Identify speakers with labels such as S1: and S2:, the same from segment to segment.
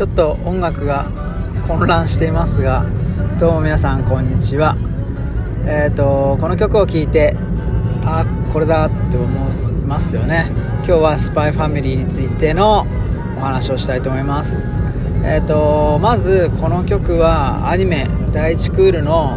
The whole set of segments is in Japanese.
S1: ちょっと音楽が混乱していますが、どうも皆さんこんにちは。この曲を聴いてこれだって思いますよね。今日はスパイファミリーについてのお話をしたいと思います。まずこの曲はアニメ第一クールの、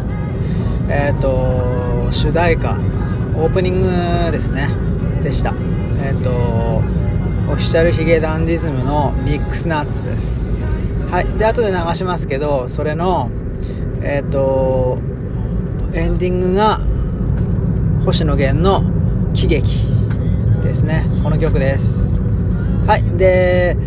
S1: 主題歌オープニングですねでした。オフィシャルヒゲダンディズムのミックスナッツです。はい。で後で流しますけど、それのエンディングが星野源の喜劇ですね。この曲です。はい。で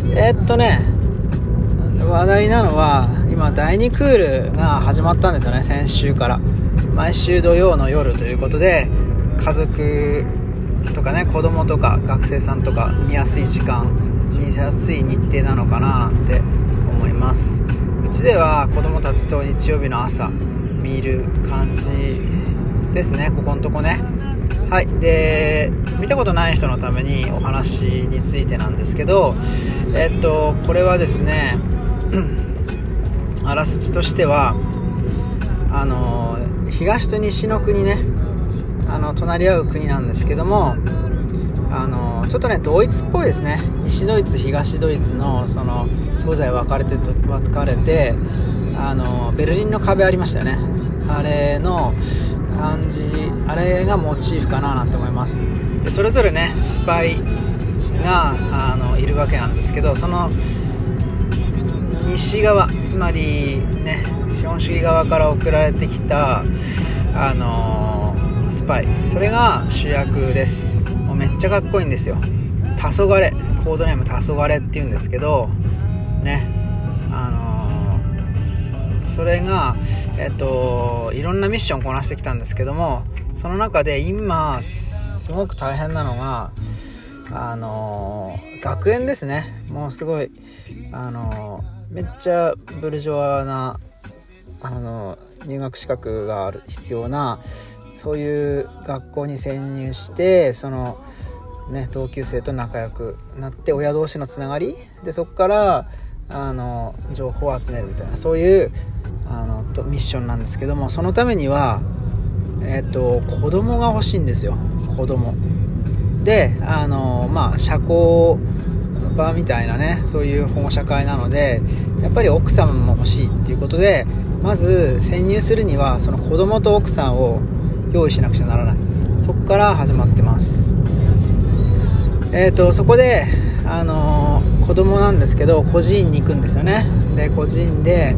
S1: 話題なのは今第2クールが始まったんですよね。先週から毎週土曜の夜ということで、家族とかね、子供とか学生さんとか見やすい時間、見やすい日程なのかななんて思います。うちでは子供たちと日曜日の朝見る感じですね、ここのとこね。はい。で見たことない人のためにお話についてなんですけど、これはですねあらすじとしては東と西の国ね、隣り合う国なんですけども、ちょっとねドイツっぽいですね。西ドイツ東ドイツのその東西分かれてベルリンの壁ありましたよね。あれの感じ、あれがモチーフかななんて思います。でそれぞれねスパイがいるわけなんですけど、その西側、つまりね資本主義側から送られてきたスパイ、それが主役です。もうめっちゃかっこいいんですよ。黄昏、コードネーム黄昏っていうんですけどね、それがいろんなミッションをこなしてきたんですけども、その中で今すごく大変なのが学園ですね。もうすごいめっちゃブルジョワな入学資格が必要なそういう学校に潜入して、そのね同級生と仲良くなって親同士のつながりで、そこから情報を集めるみたいな、そういうミッションなんですけども、そのためには子供が欲しいんですよ。子供で社交場みたいなね、そういう保護者会なので、やっぱり奥様も欲しいっていうことで、まず潜入するにはその子供と奥さんを用意しなくちゃならない。そこから始まってます。そこで子供なんですけど孤児院に行くんですよね。で孤児院で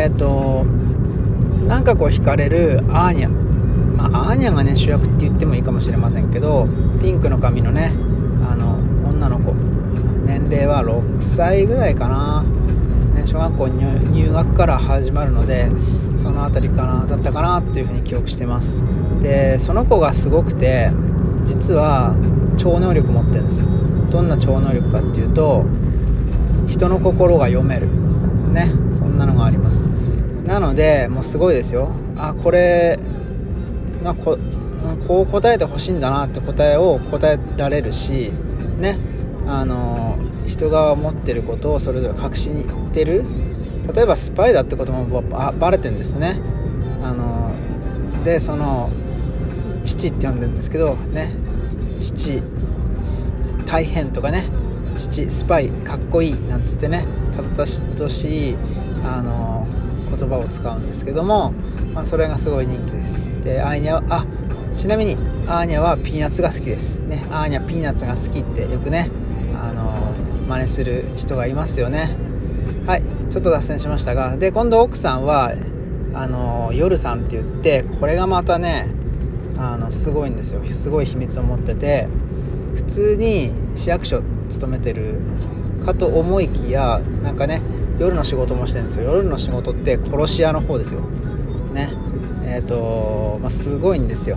S1: なんかこう惹かれるアーニャ、アーニャがね主役って言ってもいいかもしれませんけど、ピンクの髪のね女の子、年齢は6歳ぐらいかな、ね、小学校入学から始まるので、そのあたりだったかなっていうふうに記憶してます。でその子がすごくて、実は超能力持ってるんですよ。どんな超能力かっていうと、人の心が読めるね、そんなのがあります。なのでもうすごいですよ。これがこう答えてほしいんだなって答えを答えられるしね、人が持ってることをそれぞれ隠してる。例えばスパイだってこともバレてるんですね。でその父って呼んでるんですけどね、父大変とかね、父スパイかっこいいなんつってね、たどたどしい言葉を使うんですけども、それがすごい人気です。でアーニャはちなみにアーニャはピーナッツが好きですね。アーニャピーナッツが好きってよくね真似する人がいますよね。はい、ちょっと脱線しましたが、で今度奥さんは夜さんって言って、これがまたねすごいんですよ。すごい秘密を持ってて、普通に市役所勤めてるかと思いきや、なんかね夜の仕事もしてるんですよ。夜の仕事って殺し屋の方ですよね。すごいんですよ。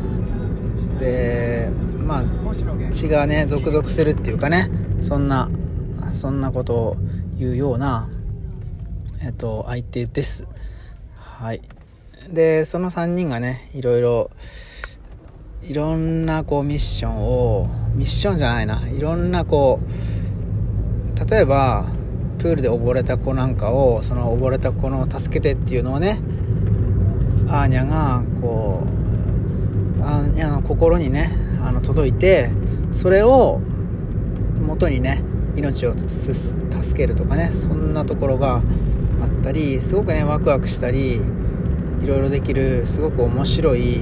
S1: で血がねゾクゾクするっていうかね、そんなことを言うような相手です。はい。でその3人がねいろんなこうミッションじゃないな、いろんなこう例えばプールで溺れた子なんかを、その溺れた子の助けてっていうのをね、アーニャがこう、アーニャの心にね届いて、それを元にね命を助けるとかね、そんなところがあったり、すごくねワクワクしたりいろいろできる、すごく面白い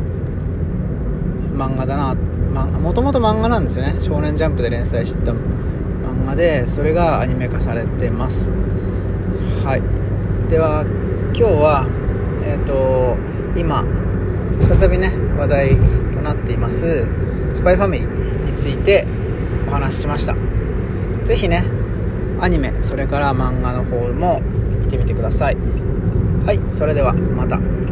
S1: 漫画だな。もともと漫画なんですよね。少年ジャンプで連載してた漫画で、それがアニメ化されてます。はい。では今日は今再びね話題となっていますスパイファミリーについてお話ししました。ぜひねアニメ、それから漫画の方も見てみてください。はい、それではまた。